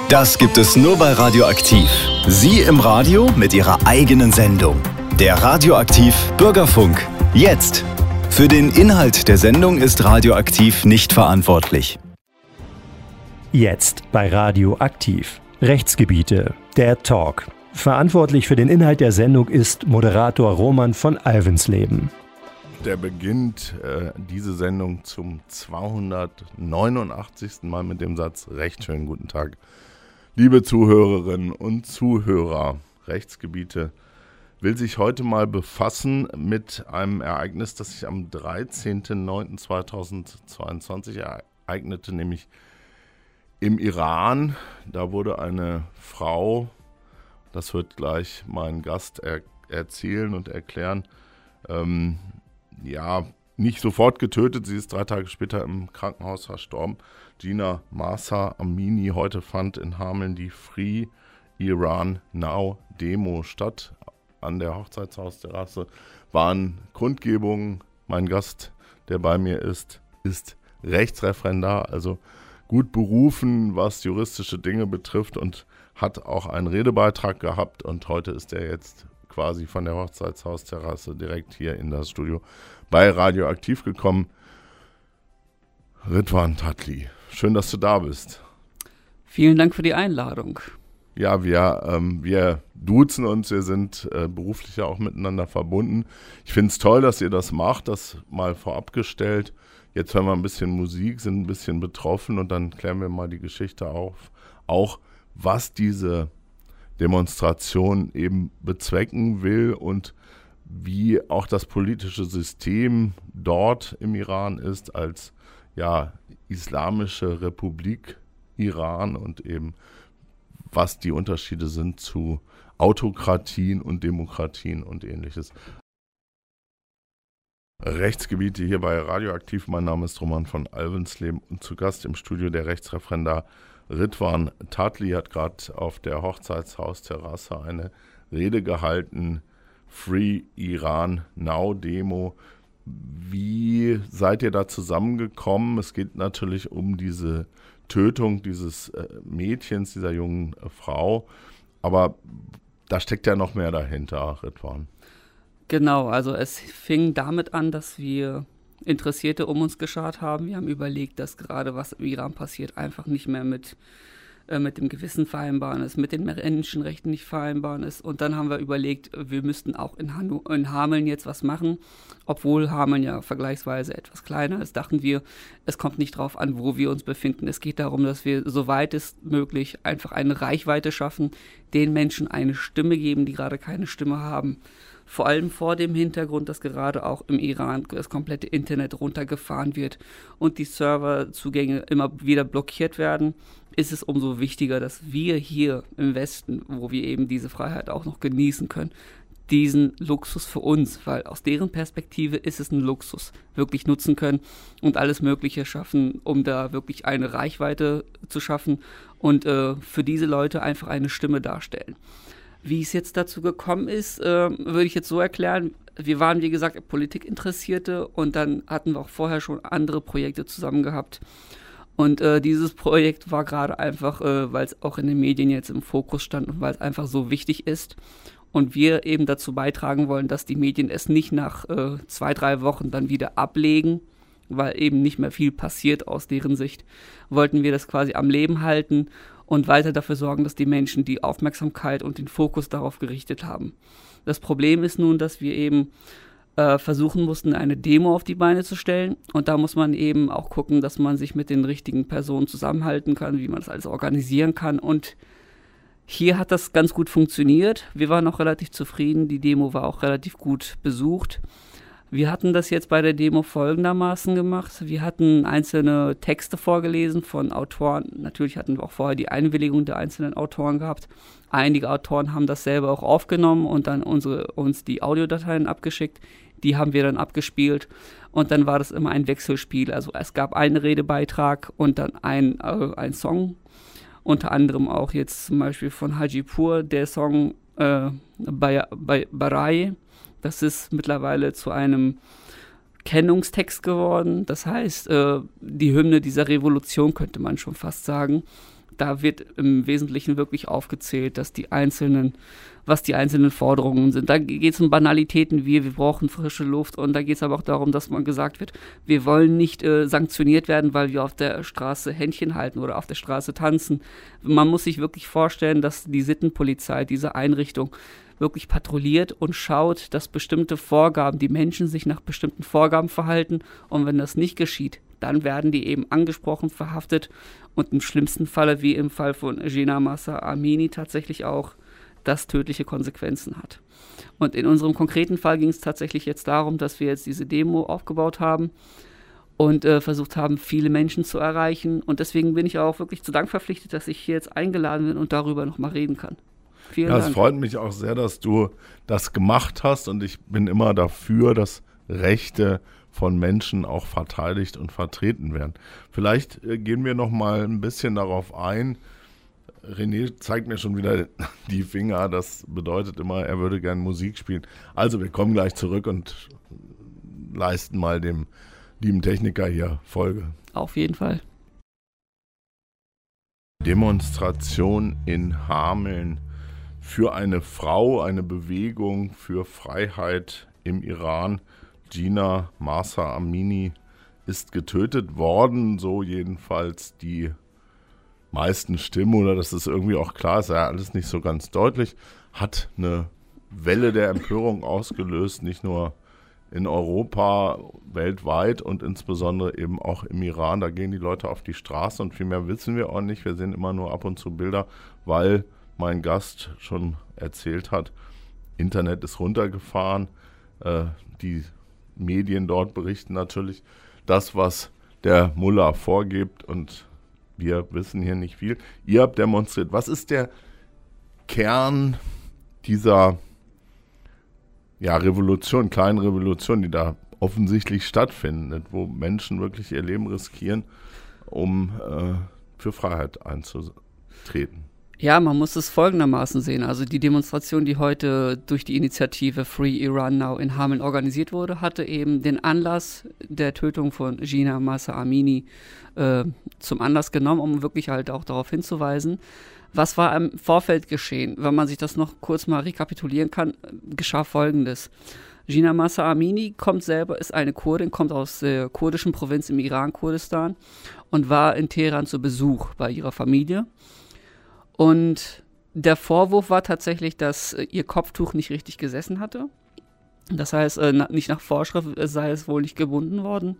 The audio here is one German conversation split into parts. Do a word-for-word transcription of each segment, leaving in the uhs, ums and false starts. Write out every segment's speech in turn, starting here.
Das gibt es nur bei Radioaktiv. Sie im Radio mit Ihrer eigenen Sendung. Der Radioaktiv Bürgerfunk. Jetzt. Für den Inhalt der Sendung ist Radioaktiv nicht verantwortlich. Jetzt bei Radioaktiv. Rechtsgebiete. Der Talk. Verantwortlich für den Inhalt der Sendung ist Moderator Roman von Alvensleben. Der beginnt äh, diese Sendung zum zweihundertneunundachtzigsten Mal mit dem Satz: Recht schönen guten Tag. Liebe Zuhörerinnen und Zuhörer, Rechtsgebiete will sich heute mal befassen mit einem Ereignis, das sich am dreizehnten neunten zweitausendzweiundzwanzig ereignete, nämlich im Iran. Da wurde eine Frau, das wird gleich mein Gast er- erzählen und erklären, ähm, ja, nicht sofort getötet, sie ist drei Tage später im Krankenhaus verstorben. Gina Mahsa Amini. Heute fand in Hameln die Free Iran Now Demo statt. An der Hochzeitshausterrasse waren Kundgebungen. Mein Gast, der bei mir ist, ist Rechtsreferendar, also gut berufen, was juristische Dinge betrifft, und hat auch einen Redebeitrag gehabt. Und heute ist er jetzt quasi von der Hochzeitshausterrasse direkt hier in das Studio bei Radioaktiv gekommen. Ridwan Tatli, schön, dass du da bist. Vielen Dank für die Einladung. Ja, wir, ähm, wir duzen uns, wir sind äh, beruflich ja auch miteinander verbunden. Ich finde es toll, dass ihr das macht, das mal vorab gestellt. Jetzt hören wir ein bisschen Musik, sind ein bisschen betroffen und dann klären wir mal die Geschichte auf. Auch was diese Demonstration eben bezwecken will und wie auch das politische System dort im Iran ist als ja, Islamische Republik Iran und eben was die Unterschiede sind zu Autokratien und Demokratien und ähnliches. Rechtsgebiete hier bei Radioaktiv. Mein Name ist Roman von Alvensleben und zu Gast im Studio der Rechtsreferendar Ridwan Tatli hat gerade auf der Hochzeitshausterrasse eine Rede gehalten. Free Iran Now Demo. Wie seid ihr da zusammengekommen? Es geht natürlich um diese Tötung dieses äh, Mädchens, dieser jungen äh, Frau. Aber da steckt ja noch mehr dahinter, Ridwan. Genau, also es fing damit an, dass wir Interessierte um uns geschart haben. Wir haben überlegt, dass gerade was im Iran passiert, einfach nicht mehr mit, äh, mit dem Gewissen vereinbaren ist, mit den Menschenrechten nicht vereinbaren ist. Und dann haben wir überlegt, wir müssten auch in, Han- in Hameln jetzt was machen. Obwohl Hameln ja vergleichsweise etwas kleiner ist, dachten wir, es kommt nicht darauf an, wo wir uns befinden. Es geht darum, dass wir, soweit es möglich, einfach eine Reichweite schaffen, den Menschen eine Stimme geben, die gerade keine Stimme haben. Vor allem vor dem Hintergrund, dass gerade auch im Iran das komplette Internet runtergefahren wird und die Serverzugänge immer wieder blockiert werden, ist es umso wichtiger, dass wir hier im Westen, wo wir eben diese Freiheit auch noch genießen können, diesen Luxus für uns, weil aus deren Perspektive ist es ein Luxus, wirklich nutzen können und alles Mögliche schaffen, um da wirklich eine Reichweite zu schaffen und äh, für diese Leute einfach eine Stimme darstellen. Wie es jetzt dazu gekommen ist, äh, würde ich jetzt so erklären. Wir waren, wie gesagt, Politikinteressierte und dann hatten wir auch vorher schon andere Projekte zusammen gehabt. Und äh, dieses Projekt war gerade einfach, äh, weil es auch in den Medien jetzt im Fokus stand und weil es einfach so wichtig ist. Und wir eben dazu beitragen wollen, dass die Medien es nicht nach äh, zwei, drei Wochen dann wieder ablegen, weil eben nicht mehr viel passiert aus deren Sicht, wollten wir das quasi am Leben halten und weiter dafür sorgen, dass die Menschen die Aufmerksamkeit und den Fokus darauf gerichtet haben. Das Problem ist nun, dass wir eben äh, versuchen mussten, eine Demo auf die Beine zu stellen. Und da muss man eben auch gucken, dass man sich mit den richtigen Personen zusammenhalten kann, wie man das alles organisieren kann. Und hier hat das ganz gut funktioniert. Wir waren auch relativ zufrieden. Die Demo war auch relativ gut besucht. Wir hatten das jetzt bei der Demo folgendermaßen gemacht. Wir hatten einzelne Texte vorgelesen von Autoren. Natürlich hatten wir auch vorher die Einwilligung der einzelnen Autoren gehabt. Einige Autoren haben das selber auch aufgenommen und dann unsere, uns die Audiodateien abgeschickt. Die haben wir dann abgespielt und dann war das immer ein Wechselspiel. Also es gab einen Redebeitrag und dann ein, äh, ein Song. Unter anderem auch jetzt zum Beispiel von Hajipur, der Song äh, Baraye. Das ist mittlerweile zu einem Kennungstext geworden. Das heißt, äh, die Hymne dieser Revolution könnte man schon fast sagen. da wird im Wesentlichen wirklich aufgezählt, dass die einzelnen, was die einzelnen Forderungen sind. Da geht es um Banalitäten wie, wir brauchen frische Luft, und da geht es aber auch darum, dass man gesagt wird, wir wollen nicht äh, sanktioniert werden, weil wir auf der Straße Händchen halten oder auf der Straße tanzen. Man muss sich wirklich vorstellen, dass die Sittenpolizei, diese Einrichtung, wirklich patrouilliert und schaut, dass bestimmte Vorgaben, die Menschen sich nach bestimmten Vorgaben verhalten, und wenn das nicht geschieht, dann werden die eben angesprochen, verhaftet und im schlimmsten Falle, wie im Fall von Jina Mahsa Amini, tatsächlich auch das tödliche Konsequenzen hat. Und in unserem konkreten Fall ging es tatsächlich jetzt darum, dass wir jetzt diese Demo aufgebaut haben und äh, versucht haben, viele Menschen zu erreichen, und deswegen bin ich auch wirklich zu Dank verpflichtet, dass ich hier jetzt eingeladen bin und darüber nochmal reden kann. Vielen ja, Dank. Es freut mich auch sehr, dass du das gemacht hast, und ich bin immer dafür, dass Rechte von Menschen auch verteidigt und vertreten werden. Vielleicht äh, gehen wir noch mal ein bisschen darauf ein. René zeigt mir schon wieder die Finger, das bedeutet immer, er würde gerne Musik spielen. Also wir kommen gleich zurück und leisten mal dem lieben Techniker hier Folge. Auf jeden Fall. Demonstration in Hameln für eine Frau, eine Bewegung für Freiheit im Iran. Jina Mahsa Amini ist getötet worden, so jedenfalls die meisten Stimmen, oder das ist irgendwie auch klar, ist ja alles nicht so ganz deutlich, hat eine Welle der Empörung ausgelöst, nicht nur in Europa, weltweit und insbesondere eben auch im Iran. Da gehen die Leute auf die Straße, und viel mehr wissen wir auch nicht. Wir sehen immer nur ab und zu Bilder, weil mein Gast schon erzählt hat, Internet ist runtergefahren, äh, die Medien dort berichten natürlich das, was der Mullah vorgibt, und wir wissen hier nicht viel. Ihr habt demonstriert. Was ist der Kern dieser ja, Revolution, kleinen Revolution, die da offensichtlich stattfindet, wo Menschen wirklich ihr Leben riskieren, um äh, für Freiheit einzutreten? Ja, man muss es folgendermaßen sehen. Also die Demonstration, die heute durch die Initiative Free Iran Now in Hameln organisiert wurde, hatte eben den Anlass der Tötung von Jina Mahsa Amini äh, zum Anlass genommen, um wirklich halt auch darauf hinzuweisen, was war im Vorfeld geschehen. Wenn man sich das noch kurz mal rekapitulieren kann, geschah Folgendes. Jina Mahsa Amini kommt selber, ist eine Kurdin, kommt aus der kurdischen Provinz im Iran, Kurdistan, und war in Teheran zu Besuch bei ihrer Familie. Und der Vorwurf war tatsächlich, dass äh, ihr Kopftuch nicht richtig gesessen hatte. Das heißt, äh, na, nicht nach Vorschrift äh, sei es wohl nicht gebunden worden.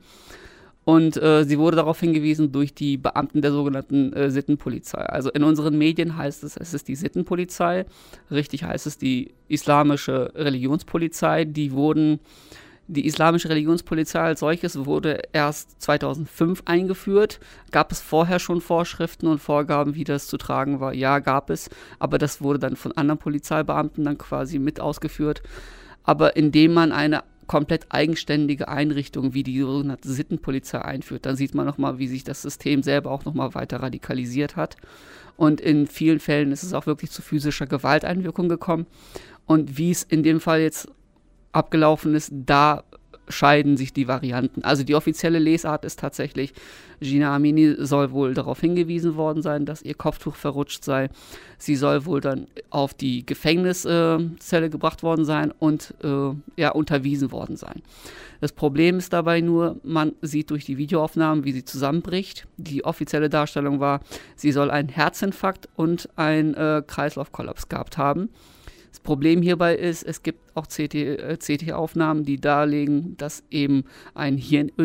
Und äh, sie wurde darauf hingewiesen durch die Beamten der sogenannten äh, Sittenpolizei. Also in unseren Medien heißt es, es ist die Sittenpolizei. Richtig heißt es die islamische Religionspolizei. Die wurden... Die islamische Religionspolizei als solches wurde erst zweitausendfünf eingeführt. Gab es vorher schon Vorschriften und Vorgaben, wie das zu tragen war? Ja, gab es. Aber das wurde dann von anderen Polizeibeamten dann quasi mit ausgeführt. Aber indem man eine komplett eigenständige Einrichtung wie die sogenannte Sittenpolizei einführt, dann sieht man nochmal, wie sich das System selber auch nochmal weiter radikalisiert hat. Und in vielen Fällen ist es auch wirklich zu physischer Gewalteinwirkung gekommen. Und wie es in dem Fall jetzt abgelaufen ist, da scheiden sich die Varianten. Also die offizielle Lesart ist tatsächlich, Jina Amini soll wohl darauf hingewiesen worden sein, dass ihr Kopftuch verrutscht sei. Sie soll wohl dann auf die Gefängniszelle gebracht worden sein und äh, ja, unterwiesen worden sein. Das Problem ist dabei nur, man sieht durch die Videoaufnahmen, wie sie zusammenbricht. Die offizielle Darstellung war, sie soll einen Herzinfarkt und einen äh, Kreislaufkollaps gehabt haben. Das Problem hierbei ist, es gibt auch C T-Aufnahmen, die darlegen, dass eben ein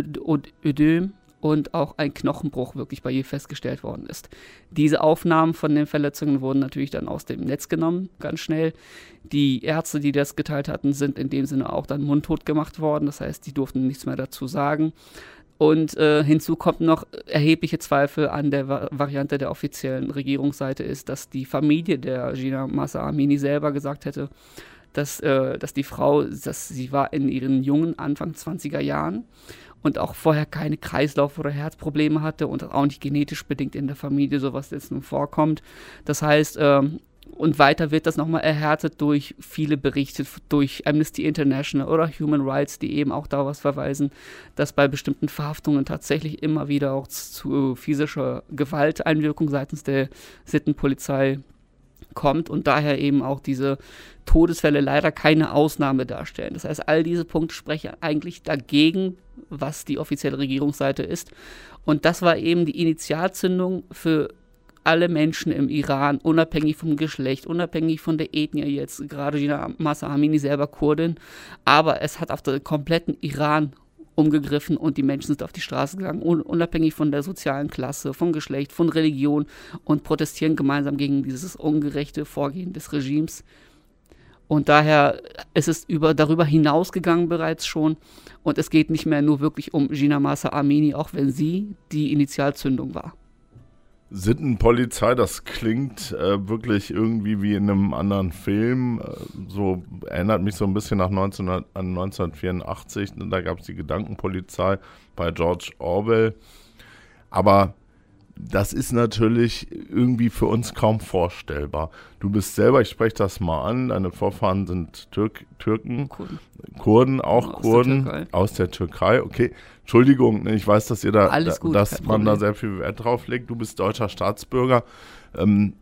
Hirnödem und auch ein Knochenbruch wirklich bei ihr festgestellt worden ist. Diese Aufnahmen von den Verletzungen wurden natürlich dann aus dem Netz genommen, ganz schnell. Die Ärzte, die das geteilt hatten, sind in dem Sinne auch dann mundtot gemacht worden. Das heißt, die durften nichts mehr dazu sagen. Und äh, hinzu kommt noch erhebliche Zweifel an der Va- Variante der offiziellen Regierungsseite ist, dass die Familie der Jina Mahsa Amini selber gesagt hätte, dass, äh, dass die Frau, dass sie war in ihren jungen Anfang zwanziger Jahren und auch vorher keine Kreislauf- oder Herzprobleme hatte und auch nicht genetisch bedingt in der Familie sowas jetzt nun vorkommt. Das heißt, ähm, Und weiter wird das nochmal erhärtet durch viele Berichte, durch Amnesty International oder Human Rights, die eben auch darauf verweisen, dass bei bestimmten Verhaftungen tatsächlich immer wieder auch zu physischer Gewalteinwirkung seitens der Sittenpolizei kommt und daher eben auch diese Todesfälle leider keine Ausnahme darstellen. Das heißt, all diese Punkte sprechen eigentlich dagegen, was die offizielle Regierungsseite ist. Und das war eben die Initialzündung für alle Menschen im Iran, unabhängig vom Geschlecht, unabhängig von der Ethnie jetzt, gerade Jina Mahsa Amini selber Kurdin, aber es hat auf den kompletten Iran umgegriffen und die Menschen sind auf die Straße gegangen, un- unabhängig von der sozialen Klasse, von Geschlecht, von Religion und protestieren gemeinsam gegen dieses ungerechte Vorgehen des Regimes. Und daher ist es über, darüber hinausgegangen bereits schon und es geht nicht mehr nur wirklich um Jina Mahsa Amini, auch wenn sie die Initialzündung war. Sittenpolizei, das klingt äh, wirklich irgendwie wie in einem anderen Film. Äh, so erinnert mich so ein bisschen nach neunzehnhundert, an neunzehnhundertvierundachtzig. Da gab es die Gedankenpolizei bei George Orwell. Aber das ist natürlich irgendwie für uns kaum vorstellbar. Du bist selber, ich spreche das mal an, deine Vorfahren sind Türk, Türken, Kurden, Kurden auch ja, aus Kurden der aus der Türkei. Okay, Entschuldigung, ich weiß, dass ihr da, Alles gut, dass man Problem. da sehr viel Wert drauf legt. Du bist deutscher Staatsbürger. Ähm,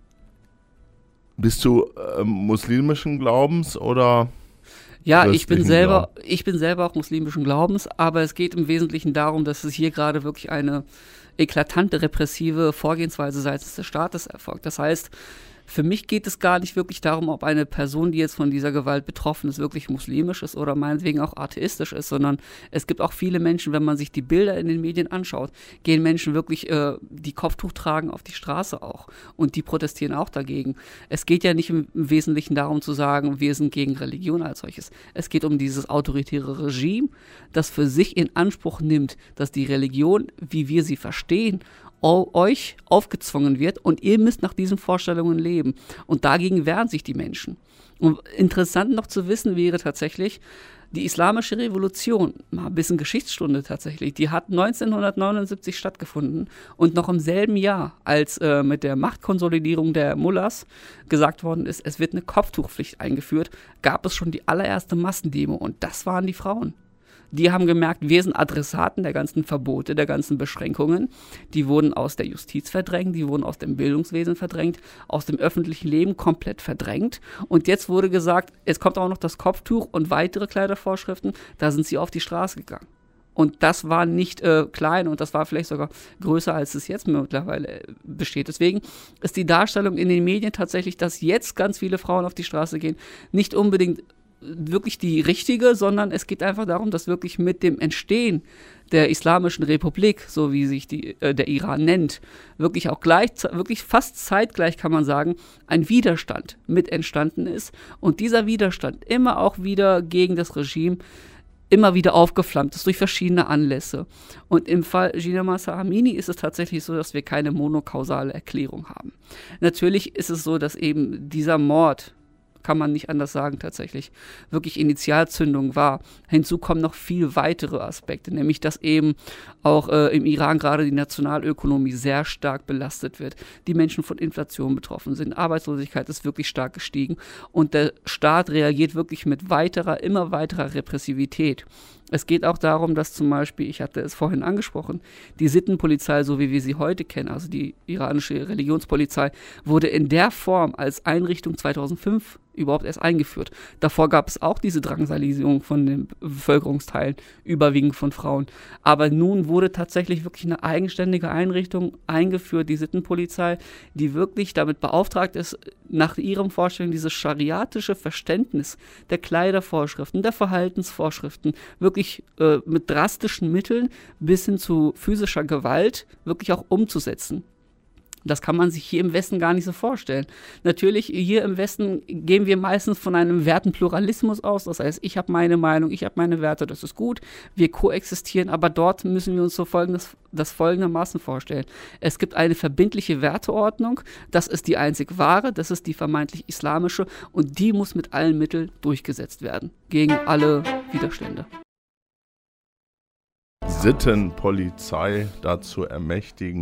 bist du ähm, muslimischen Glaubens oder? Ja, ich bin selber, ich bin selber auch muslimischen Glaubens, aber es geht im Wesentlichen darum, dass es hier gerade wirklich eine eklatante repressive Vorgehensweise seitens des Staates erfolgt. Das heißt, für mich geht es gar nicht wirklich darum, ob eine Person, die jetzt von dieser Gewalt betroffen ist, wirklich muslimisch ist oder meinetwegen auch atheistisch ist, sondern es gibt auch viele Menschen, wenn man sich die Bilder in den Medien anschaut, gehen Menschen wirklich, äh, die Kopftuch tragen, auf die Straße auch und die protestieren auch dagegen. Es geht ja nicht im, im Wesentlichen darum zu sagen, wir sind gegen Religion als solches. Es geht um dieses autoritäre Regime, das für sich in Anspruch nimmt, dass die Religion, wie wir sie verstehen, euch aufgezwungen wird und ihr müsst nach diesen Vorstellungen leben. Und dagegen wehren sich die Menschen. Und interessant noch zu wissen wäre tatsächlich, die Islamische Revolution, mal ein bisschen Geschichtsstunde tatsächlich, die hat neunzehnhundertneunundsiebzig stattgefunden und noch im selben Jahr, als äh, mit der Machtkonsolidierung der Mullahs gesagt worden ist, es wird eine Kopftuchpflicht eingeführt, gab es schon die allererste Massendemo und das waren die Frauen. Die haben gemerkt, wir sind Adressaten der ganzen Verbote, der ganzen Beschränkungen. Die wurden aus der Justiz verdrängt, die wurden aus dem Bildungswesen verdrängt, aus dem öffentlichen Leben komplett verdrängt. Und jetzt wurde gesagt, es kommt auch noch das Kopftuch und weitere Kleidervorschriften. Da sind sie auf die Straße gegangen. Und das war nicht äh, klein und das war vielleicht sogar größer, als es jetzt mittlerweile besteht. Deswegen ist die Darstellung in den Medien tatsächlich, dass jetzt ganz viele Frauen auf die Straße gehen, nicht unbedingt wirklich die richtige, sondern es geht einfach darum, dass wirklich mit dem Entstehen der Islamischen Republik, so wie sich die, äh, der Iran nennt, wirklich auch gleich, wirklich fast zeitgleich kann man sagen, ein Widerstand mit entstanden ist und dieser Widerstand immer auch wieder gegen das Regime immer wieder aufgeflammt ist durch verschiedene Anlässe. Und im Fall Jina Mahsa Amini ist es tatsächlich so, dass wir keine monokausale Erklärung haben. Natürlich ist es so, dass eben dieser Mord, kann man nicht anders sagen tatsächlich, wirklich Initialzündung war. Hinzu kommen noch viel weitere Aspekte, nämlich dass eben auch äh, im Iran gerade die Nationalökonomie sehr stark belastet wird, die Menschen von Inflation betroffen sind, Arbeitslosigkeit ist wirklich stark gestiegen und der Staat reagiert wirklich mit weiterer, immer weiterer Repressivität. Es geht auch darum, dass zum Beispiel, ich hatte es vorhin angesprochen, die Sittenpolizei, so wie wir sie heute kennen, also die iranische Religionspolizei, wurde in der Form als Einrichtung zweitausendfünf überhaupt erst eingeführt. Davor gab es auch diese Drangsalisierung von den Bevölkerungsteilen, überwiegend von Frauen. Aber nun wurde tatsächlich wirklich eine eigenständige Einrichtung eingeführt, die Sittenpolizei, die wirklich damit beauftragt ist, nach ihrem Vorstellung dieses schariatische Verständnis der Kleidervorschriften, der Verhaltensvorschriften, wirklich äh, mit drastischen Mitteln bis hin zu physischer Gewalt wirklich auch umzusetzen. Das kann man sich hier im Westen gar nicht so vorstellen. Natürlich, hier im Westen gehen wir meistens von einem Wertenpluralismus aus. Das heißt, ich habe meine Meinung, ich habe meine Werte, das ist gut. Wir koexistieren, aber dort müssen wir uns so folgendes, das folgendermaßen vorstellen. Es gibt eine verbindliche Werteordnung, das ist die einzig wahre, das ist die vermeintlich islamische und die muss mit allen Mitteln durchgesetzt werden, gegen alle Widerstände. Sittenpolizei dazu ermächtigen,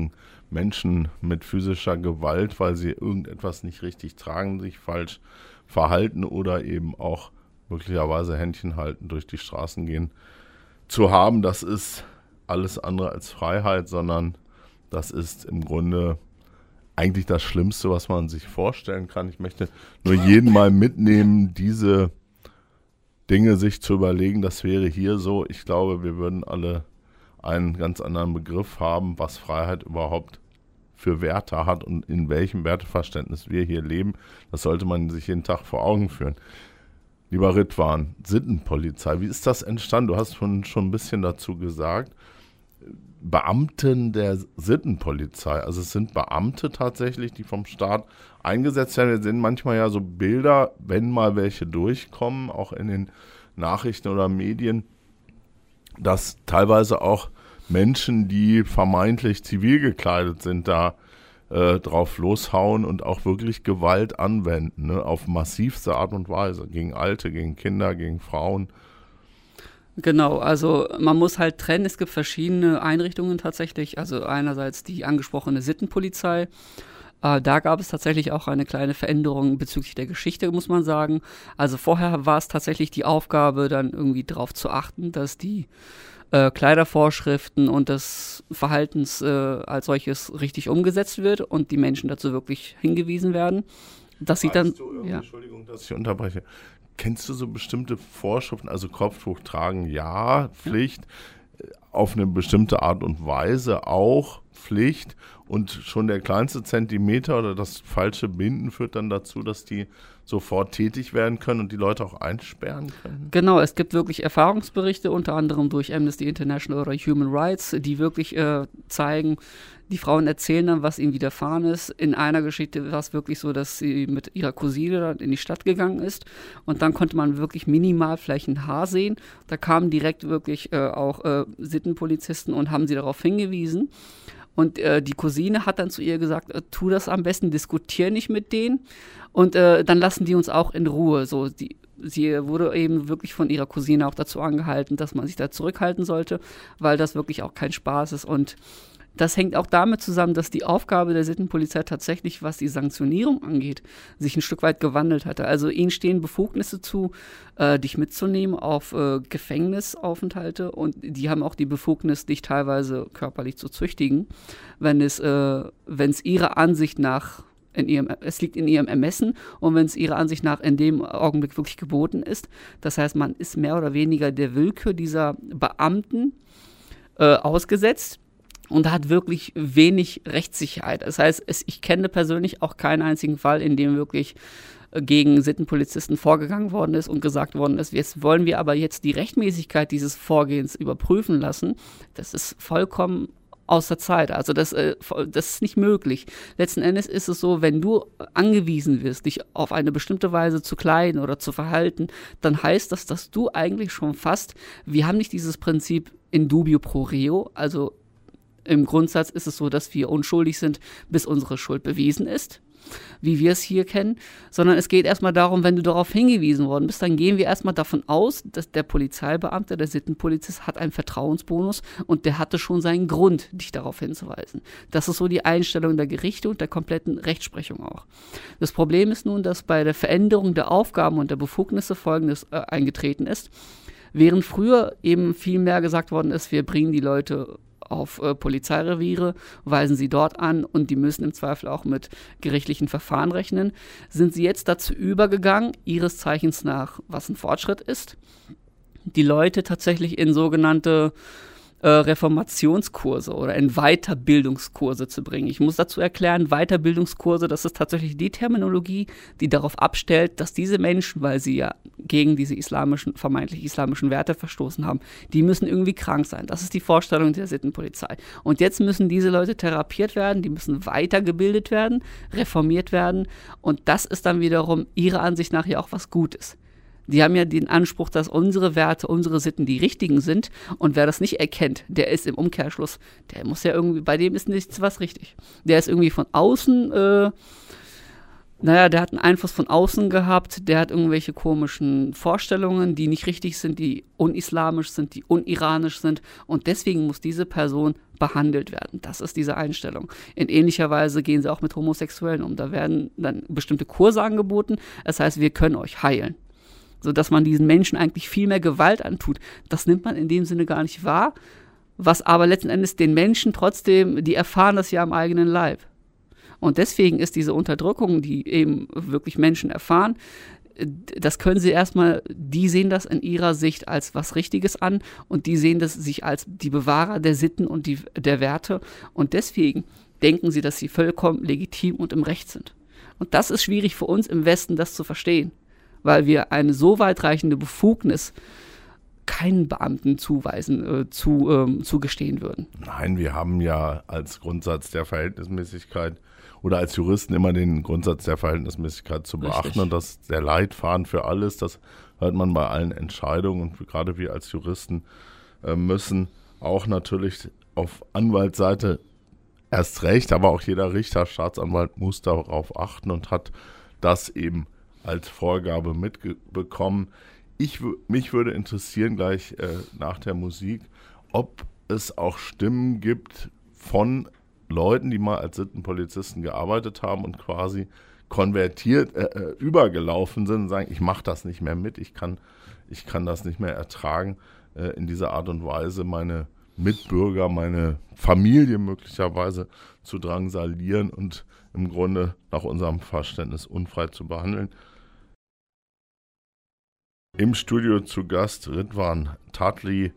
Menschen mit physischer Gewalt, weil sie irgendetwas nicht richtig tragen, sich falsch verhalten oder eben auch möglicherweise Händchen halten, durch die Straßen gehen, zu haben. Das ist alles andere als Freiheit, sondern das ist im Grunde eigentlich das Schlimmste, was man sich vorstellen kann. Ich möchte nur jeden mal mitnehmen, diese Dinge sich zu überlegen, das wäre hier so. Ich glaube, wir würden alle einen ganz anderen Begriff haben, was Freiheit überhaupt für Werte hat und in welchem Werteverständnis wir hier leben. Das sollte man sich jeden Tag vor Augen führen. Lieber Ridwan, Sittenpolizei, wie ist das entstanden? Du hast schon, schon ein bisschen dazu gesagt. Beamten der Sittenpolizei, also es sind Beamte tatsächlich, die vom Staat eingesetzt werden. Wir sehen manchmal ja so Bilder, wenn mal welche durchkommen, auch in den Nachrichten oder Medien, dass teilweise auch Menschen, die vermeintlich zivil gekleidet sind, da äh, drauf loshauen und auch wirklich Gewalt anwenden, ne, auf massivste Art und Weise, gegen Alte, gegen Kinder, gegen Frauen. Genau, also man muss halt trennen, es gibt verschiedene Einrichtungen tatsächlich, also einerseits die angesprochene Sittenpolizei, äh, da gab es tatsächlich auch eine kleine Veränderung bezüglich der Geschichte, muss man sagen. Also vorher war es tatsächlich die Aufgabe, dann irgendwie darauf zu achten, dass die äh, Kleidervorschriften und das Verhaltens äh, als solches richtig umgesetzt wird und die Menschen dazu wirklich hingewiesen werden. Dass sie dann, du, ja. Entschuldigung, dass ich unterbreche. Kennst du so bestimmte Vorschriften, also Kopftuch tragen, ja, Pflicht, ja. Auf eine bestimmte Art und Weise auch Pflicht und schon der kleinste Zentimeter oder das falsche Binden führt dann dazu, dass die sofort tätig werden können und die Leute auch einsperren können? Genau, es gibt wirklich Erfahrungsberichte, unter anderem durch Amnesty International oder Human Rights, die wirklich äh, zeigen, die Frauen erzählen dann, was ihnen widerfahren ist. In einer Geschichte war es wirklich so, dass sie mit ihrer Cousine dann in die Stadt gegangen ist und dann konnte man wirklich minimal vielleicht ein Haar sehen. Da kamen direkt wirklich äh, auch äh, Sittenpolizisten und haben sie darauf hingewiesen. Und äh, die Cousine hat dann zu ihr gesagt, äh, tu das am besten, diskutier nicht mit denen und äh, dann lassen die uns auch in Ruhe. So, die, sie wurde eben wirklich von ihrer Cousine auch dazu angehalten, dass man sich da zurückhalten sollte, weil das wirklich auch kein Spaß ist. Und das hängt auch damit zusammen, dass die Aufgabe der Sittenpolizei tatsächlich, was die Sanktionierung angeht, sich ein Stück weit gewandelt hatte. Also ihnen stehen Befugnisse zu, äh, dich mitzunehmen auf äh, Gefängnisaufenthalte und die haben auch die Befugnis, dich teilweise körperlich zu züchtigen, wenn es, äh, wenn es ihrer Ansicht nach in ihrem, es liegt in ihrem Ermessen und wenn es ihrer Ansicht nach in dem Augenblick wirklich geboten ist. Das heißt, man ist mehr oder weniger der Willkür dieser Beamten äh, ausgesetzt. Und da hat wirklich wenig Rechtssicherheit. Das heißt, es, ich kenne persönlich auch keinen einzigen Fall, in dem wirklich gegen Sittenpolizisten vorgegangen worden ist und gesagt worden ist, jetzt wollen wir aber jetzt die Rechtmäßigkeit dieses Vorgehens überprüfen lassen. Das ist vollkommen aus der Zeit. Also das, äh, das ist nicht möglich. Letzten Endes ist es so, wenn du angewiesen wirst, dich auf eine bestimmte Weise zu kleiden oder zu verhalten, dann heißt das, dass du eigentlich schon fast, wir haben nicht dieses Prinzip in dubio pro reo, also im Grundsatz ist es so, dass wir unschuldig sind, bis unsere Schuld bewiesen ist, wie wir es hier kennen, sondern es geht erstmal darum, wenn du darauf hingewiesen worden bist, dann gehen wir erstmal davon aus, dass der Polizeibeamte, der Sittenpolizist hat einen Vertrauensbonus und der hatte schon seinen Grund, dich darauf hinzuweisen. Das ist so die Einstellung der Gerichte und der kompletten Rechtsprechung auch. Das Problem ist nun, dass bei der Veränderung der Aufgaben und der Befugnisse Folgendes äh, eingetreten ist. Während früher eben viel mehr gesagt worden ist, wir bringen die Leute auf äh, Polizeireviere, weisen sie dort an und die müssen im Zweifel auch mit gerichtlichen Verfahren rechnen, sind sie jetzt dazu übergegangen, ihres Zeichens nach, was ein Fortschritt ist, die Leute tatsächlich in sogenannte äh, Reformationskurse oder in Weiterbildungskurse zu bringen. Ich muss dazu erklären, Weiterbildungskurse, das ist tatsächlich die Terminologie, die darauf abstellt, dass diese Menschen, weil sie ja gegen diese islamischen, vermeintlich islamischen Werte verstoßen haben, die müssen irgendwie krank sein. Das ist die Vorstellung der Sittenpolizei. Und jetzt müssen diese Leute therapiert werden, die müssen weitergebildet werden, reformiert werden und das ist dann wiederum ihrer Ansicht nach ja auch was Gutes. Die haben ja den Anspruch, dass unsere Werte, unsere Sitten die richtigen sind. Und wer das nicht erkennt, der ist im Umkehrschluss, der muss ja irgendwie, bei dem ist nichts was richtig. Der ist irgendwie von außen äh, Naja, der hat einen Einfluss von außen gehabt, der hat irgendwelche komischen Vorstellungen, die nicht richtig sind, die unislamisch sind, die uniranisch sind und deswegen muss diese Person behandelt werden. Das ist diese Einstellung. In ähnlicher Weise gehen sie auch mit Homosexuellen um. Da werden dann bestimmte Kurse angeboten, das heißt, wir können euch heilen. Sodass man diesen Menschen eigentlich viel mehr Gewalt antut. Das nimmt man in dem Sinne gar nicht wahr, was aber letzten Endes den Menschen trotzdem, die erfahren das ja am eigenen Leib. Und deswegen ist diese Unterdrückung, die eben wirklich Menschen erfahren, das können sie erstmal, die sehen das in ihrer Sicht als was Richtiges an und die sehen das sich als die Bewahrer der Sitten und die, der Werte und deswegen denken sie, dass sie vollkommen legitim und im Recht sind. Und das ist schwierig für uns im Westen, das zu verstehen, weil wir eine so weitreichende Befugnis keinen Beamten zuweisen, äh, zu, ähm, zugestehen würden. Nein, wir haben ja als Grundsatz der Verhältnismäßigkeit oder als Juristen immer den Grundsatz der Verhältnismäßigkeit zu beachten. Richtig. Und das ist der Leitfaden für alles. Das hört man bei allen Entscheidungen. Und gerade wir als Juristen äh, müssen auch natürlich auf Anwaltsseite erst recht, aber auch jeder Richter, Staatsanwalt muss darauf achten und hat das eben als Vorgabe mitbekommen. Ich, mich würde interessieren gleich äh, nach der Musik, ob es auch Stimmen gibt von Leuten, die mal als Sittenpolizisten gearbeitet haben und quasi konvertiert, äh, übergelaufen sind und sagen, ich mache das nicht mehr mit, ich kann, ich kann das nicht mehr ertragen, äh, in dieser Art und Weise meine Mitbürger, meine Familie möglicherweise zu drangsalieren und im Grunde nach unserem Verständnis unfrei zu behandeln. Im Studio zu Gast Ridwan Tadli,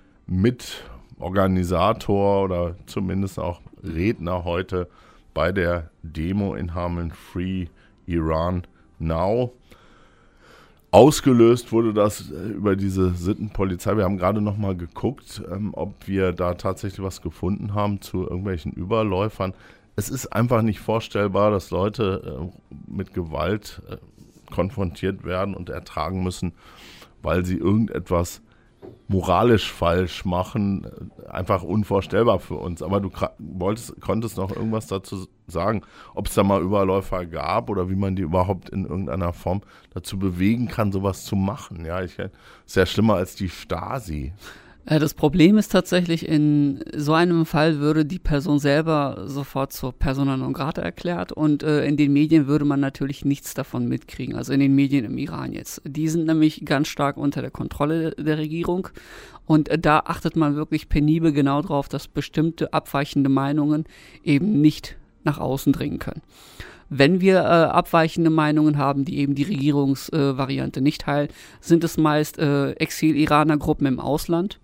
Mitorganisator oder zumindest auch Redner heute bei der Demo in Hameln Free Iran Now. Ausgelöst wurde das über diese Sittenpolizei. Wir haben gerade noch mal geguckt, ähm, ob wir da tatsächlich was gefunden haben zu irgendwelchen Überläufern. Es ist einfach nicht vorstellbar, dass Leute äh, mit Gewalt äh, konfrontiert werden und ertragen müssen, weil sie irgendetwas moralisch falsch machen, einfach unvorstellbar für uns. Aber du wolltest, konntest noch irgendwas dazu sagen, ob es da mal Überläufer gab oder wie man die überhaupt in irgendeiner Form dazu bewegen kann, sowas zu machen. Ja, ich, ist ja schlimmer als die Stasi. Das Problem ist tatsächlich, in so einem Fall würde die Person selber sofort zur Persona non grata erklärt und äh, in den Medien würde man natürlich nichts davon mitkriegen, also in den Medien im Iran jetzt. Die sind nämlich ganz stark unter der Kontrolle der Regierung und äh, da achtet man wirklich penibel genau drauf, dass bestimmte abweichende Meinungen eben nicht nach außen dringen können. Wenn wir äh, abweichende Meinungen haben, die eben die Regierungsvariante äh, nicht teilen, sind es meist äh, Exil-Iraner-Gruppen im Ausland.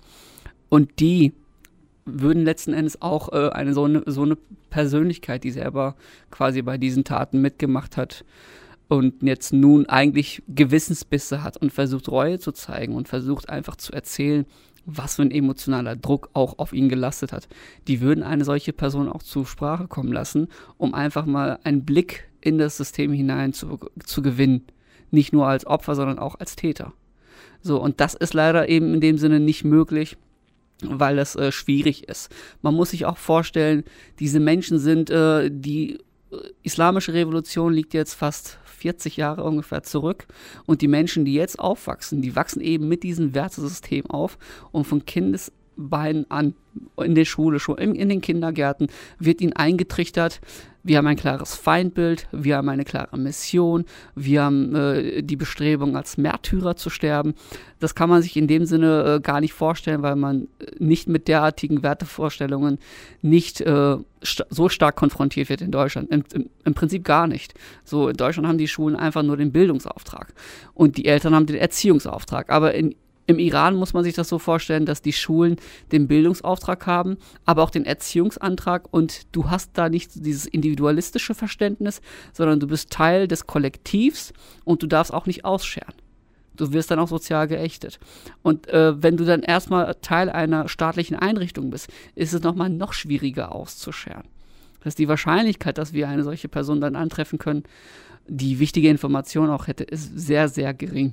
Und die würden letzten Endes auch äh, eine so, eine so eine Persönlichkeit, die selber quasi bei diesen Taten mitgemacht hat und jetzt nun eigentlich Gewissensbisse hat und versucht Reue zu zeigen und versucht einfach zu erzählen, was für ein emotionaler Druck auch auf ihn gelastet hat. Die würden eine solche Person auch zur Sprache kommen lassen, um einfach mal einen Blick in das System hinein zu, zu gewinnen. Nicht nur als Opfer, sondern auch als Täter. So, und das ist leider eben in dem Sinne nicht möglich, weil das äh, schwierig ist. Man muss sich auch vorstellen, diese Menschen sind, äh, die islamische Revolution liegt jetzt fast vierzig Jahre ungefähr zurück und die Menschen, die jetzt aufwachsen, die wachsen eben mit diesem Wertesystem auf und von Kindesbeinen an in der Schule, schon in, in den Kindergärten wird ihnen eingetrichtert, wir haben ein klares Feindbild, wir haben eine klare Mission, wir haben äh, die Bestrebung, als Märtyrer zu sterben. Das kann man sich in dem Sinne äh, gar nicht vorstellen, weil man nicht mit derartigen Wertevorstellungen nicht äh, st- so stark konfrontiert wird in Deutschland. Im, im, Im Prinzip gar nicht. So, in Deutschland haben die Schulen einfach nur den Bildungsauftrag und die Eltern haben den Erziehungsauftrag. Aber in Im Iran muss man sich das so vorstellen, dass die Schulen den Bildungsauftrag haben, aber auch den Erziehungsantrag und du hast da nicht dieses individualistische Verständnis, sondern du bist Teil des Kollektivs und du darfst auch nicht ausscheren. Du wirst dann auch sozial geächtet. Und äh, wenn du dann erstmal Teil einer staatlichen Einrichtung bist, ist es nochmal noch schwieriger auszuscheren. Das heißt, die Wahrscheinlichkeit, dass wir eine solche Person dann antreffen können, die wichtige Information auch hätte, ist sehr, sehr gering.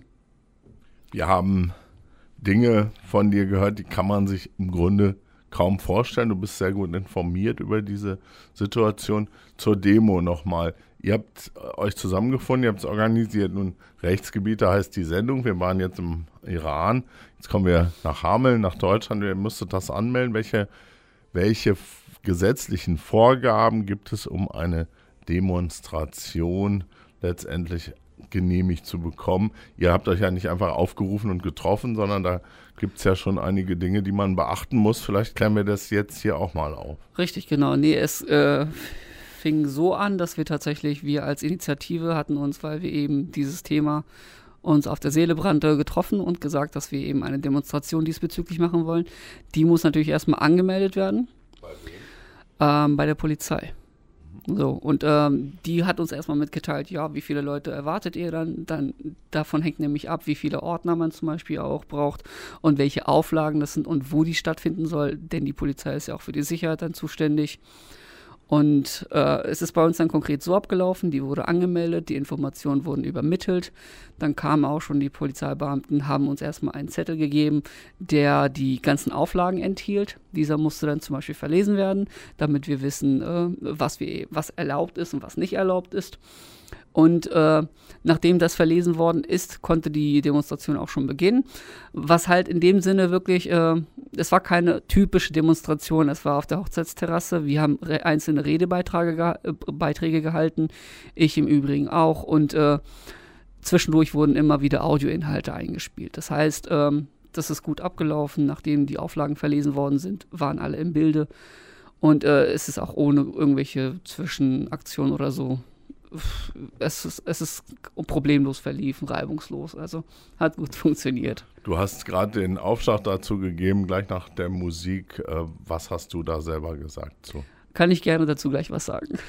Wir haben Dinge von dir gehört, die kann man sich im Grunde kaum vorstellen. Du bist sehr gut informiert über diese Situation. Zur Demo nochmal. Ihr habt euch zusammengefunden, ihr habt es organisiert. Nun, Rechtsgebiete heißt die Sendung. Wir waren jetzt im Iran. Jetzt kommen wir nach Hameln, nach Deutschland. Ihr müsstet das anmelden. Welche, welche gesetzlichen Vorgaben gibt es, um eine Demonstration letztendlich genehmigt zu bekommen? Ihr habt euch ja nicht einfach aufgerufen und getroffen, sondern da gibt es ja schon einige Dinge, die man beachten muss. Vielleicht klären wir das jetzt hier auch mal auf. Richtig, genau. Nee, es äh, fing so an, dass wir tatsächlich, wir als Initiative hatten uns, weil wir eben dieses Thema uns auf der Seele brannte, getroffen und gesagt, dass wir eben eine Demonstration diesbezüglich machen wollen. Die muss natürlich erstmal angemeldet werden. Bei wem? Ähm, bei der Polizei. So, und ähm, die hat uns erstmal mitgeteilt, ja, wie viele Leute erwartet ihr dann? Dann davon hängt nämlich ab, wie viele Ordner man zum Beispiel auch braucht und welche Auflagen das sind und wo die stattfinden soll, denn die Polizei ist ja auch für die Sicherheit dann zuständig. Und äh, es ist bei uns dann konkret so abgelaufen, die wurde angemeldet, die Informationen wurden übermittelt, dann kamen auch schon die Polizeibeamten, haben uns erstmal einen Zettel gegeben, der die ganzen Auflagen enthielt. Dieser musste dann zum Beispiel verlesen werden, damit wir wissen, äh, was, wir, was erlaubt ist und was nicht erlaubt ist. Und äh, nachdem das verlesen worden ist, konnte die Demonstration auch schon beginnen. Was halt in dem Sinne wirklich, äh, es war keine typische Demonstration, es war auf der Hochzeitsterrasse. Wir haben re- einzelne Redebeiträge geha- äh, Beiträge gehalten, ich im Übrigen auch. Und äh, zwischendurch wurden immer wieder Audioinhalte eingespielt. Das heißt, ähm, das ist gut abgelaufen. Nachdem die Auflagen verlesen worden sind, waren alle im Bilde. Und äh, es ist auch ohne irgendwelche Zwischenaktionen oder so. Es ist, es ist problemlos verliefen, reibungslos, also hat gut funktioniert. Du hast gerade den Aufschlag dazu gegeben, gleich nach der Musik. Äh, was hast du da selber gesagt zu? Kann ich gerne dazu gleich was sagen.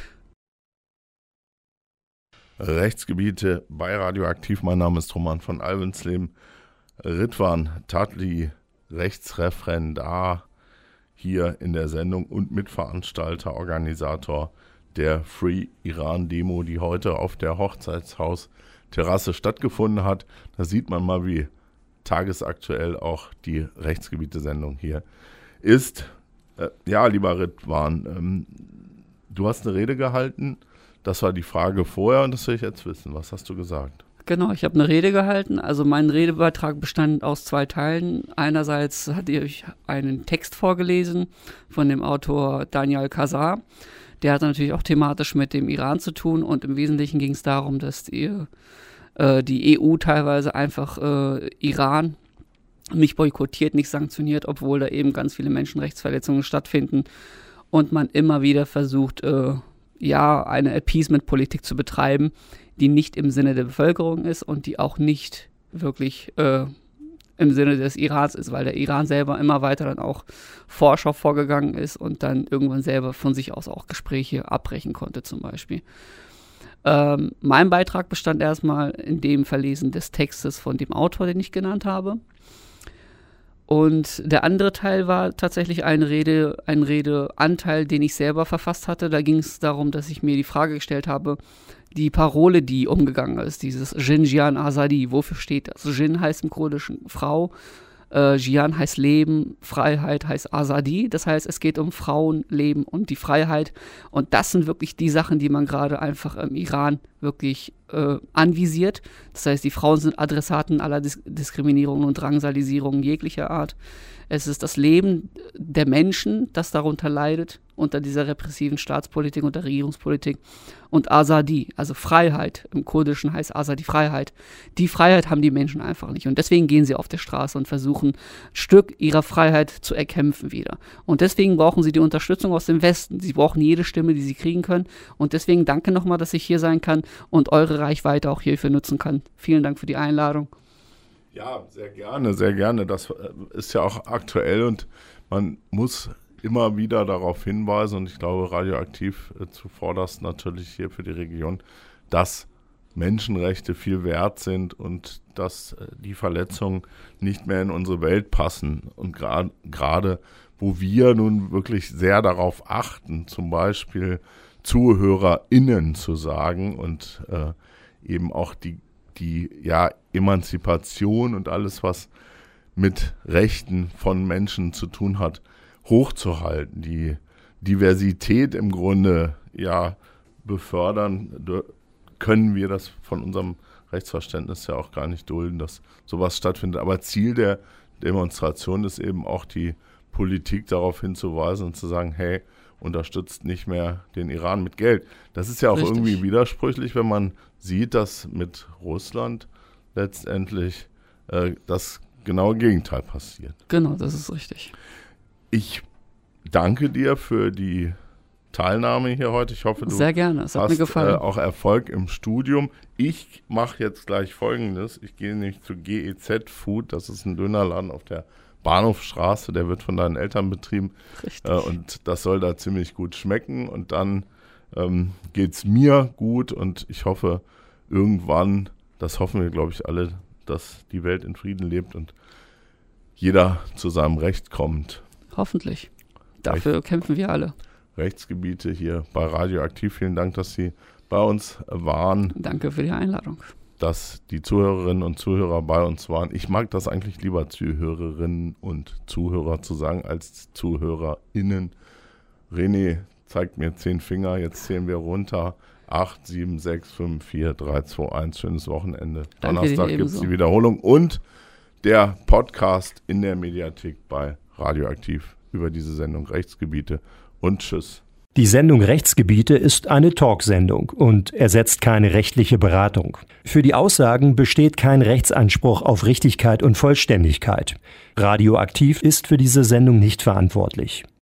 Rechtsgebiete bei Radioaktiv, mein Name ist Roman von Alvensleben. Ridwan Tatli, Rechtsreferendar hier in der Sendung und Mitveranstalter, Organisator der Free Iran Demo, die heute auf der Hochzeitshaus-Terrasse stattgefunden hat. Da sieht man mal, wie tagesaktuell auch die Rechtsgebiete-Sendung hier ist. Äh, ja, lieber Ridwan, ähm, du hast eine Rede gehalten. Das war die Frage vorher und das will ich jetzt wissen. Was hast du gesagt? Genau, ich habe eine Rede gehalten. Also mein Redebeitrag bestand aus zwei Teilen. Einerseits hatte ich einen Text vorgelesen von dem Autor Daniel Khazar. Der hat natürlich auch thematisch mit dem Iran zu tun und im Wesentlichen ging es darum, dass die, äh, die E U teilweise einfach äh, Iran nicht boykottiert, nicht sanktioniert, obwohl da eben ganz viele Menschenrechtsverletzungen stattfinden und man immer wieder versucht, äh, ja, eine Appeasement-Politik zu betreiben, die nicht im Sinne der Bevölkerung ist und die auch nicht wirklich äh, im Sinne des Irans ist, weil der Iran selber immer weiter dann auch Vorschau vorgegangen ist und dann irgendwann selber von sich aus auch Gespräche abbrechen konnte zum Beispiel. Ähm, mein Beitrag bestand erstmal in dem Verlesen des Textes von dem Autor, den ich genannt habe. Und der andere Teil war tatsächlich ein Rede, ein Redeanteil, den ich selber verfasst hatte. Da ging es darum, dass ich mir die Frage gestellt habe, die Parole, die umgegangen ist, dieses Jin Jiyan Azadi, wofür steht das? Jin heißt im Kurdischen Frau, äh, Jiyan heißt Leben, Freiheit heißt Azadi. Das heißt, es geht um Frauen, Leben und die Freiheit. Und das sind wirklich die Sachen, die man gerade einfach im Iran wirklich äh, anvisiert. Das heißt, die Frauen sind Adressaten aller Dis- Diskriminierungen und Drangsalisierungen jeglicher Art. Es ist das Leben der Menschen, das darunter leidet, unter dieser repressiven Staatspolitik und der Regierungspolitik. Und Azadi, also Freiheit, im Kurdischen heißt Azadi Freiheit. Die Freiheit haben die Menschen einfach nicht. Und deswegen gehen sie auf die Straße und versuchen, ein Stück ihrer Freiheit zu erkämpfen wieder. Und deswegen brauchen sie die Unterstützung aus dem Westen. Sie brauchen jede Stimme, die sie kriegen können. Und deswegen danke nochmal, dass ich hier sein kann und eure Reichweite auch hierfür nutzen kann. Vielen Dank für die Einladung. Ja, sehr gerne, sehr gerne. Das ist ja auch aktuell und man muss immer wieder darauf hinweisen, und ich glaube, Radioaktiv äh, zuvorderst natürlich hier für die Region, dass Menschenrechte viel wert sind und dass äh, die Verletzungen nicht mehr in unsere Welt passen. Und gerade, gerade wo wir nun wirklich sehr darauf achten, zum Beispiel ZuhörerInnen zu sagen und äh, eben auch die die ja Emanzipation und alles, was mit Rechten von Menschen zu tun hat, hochzuhalten, die Diversität im Grunde ja befördern, können wir das von unserem Rechtsverständnis ja auch gar nicht dulden, dass sowas stattfindet. Aber Ziel der Demonstration ist eben auch, die Politik darauf hinzuweisen und zu sagen, hey, unterstützt nicht mehr den Iran mit Geld. Das ist ja auch Richtig. irgendwie widersprüchlich, wenn man sieht, dass mit Russland letztendlich äh, das genaue Gegenteil passiert. Genau, das ist richtig. Ich danke dir für die Teilnahme hier heute. Ich hoffe, du Sehr gerne. Es hat hast mir gefallen. Äh, auch Erfolg im Studium. Ich mache jetzt gleich Folgendes. Ich gehe nämlich zu G E Z Food. Das ist ein Dönerladen auf der Bahnhofstraße. Der wird von deinen Eltern betrieben. Richtig. Äh, und das soll da ziemlich gut schmecken. Und dann ähm, geht es mir gut. Und ich hoffe, irgendwann, das hoffen wir, glaube ich, alle, dass die Welt in Frieden lebt und jeder zu seinem Recht kommt. Hoffentlich. Dafür Recht. kämpfen wir alle. Rechtsgebiete hier bei Radioaktiv. Vielen Dank, dass Sie bei uns waren. Danke für die Einladung. Dass die Zuhörerinnen und Zuhörer bei uns waren. Ich mag das eigentlich lieber, Zuhörerinnen und Zuhörer zu sagen, als ZuhörerInnen. René zeigt mir zehn Finger, jetzt zählen wir runter. acht, sieben, sechs, fünf, vier, drei, zwei, eins. Schönes Wochenende. Danke, Donnerstag gibt es die Wiederholung und der Podcast in der Mediathek bei Radioaktiv über diese Sendung Rechtsgebiete. Und tschüss. Die Sendung Rechtsgebiete ist eine Talksendung und ersetzt keine rechtliche Beratung. Für die Aussagen besteht kein Rechtsanspruch auf Richtigkeit und Vollständigkeit. Radioaktiv ist für diese Sendung nicht verantwortlich.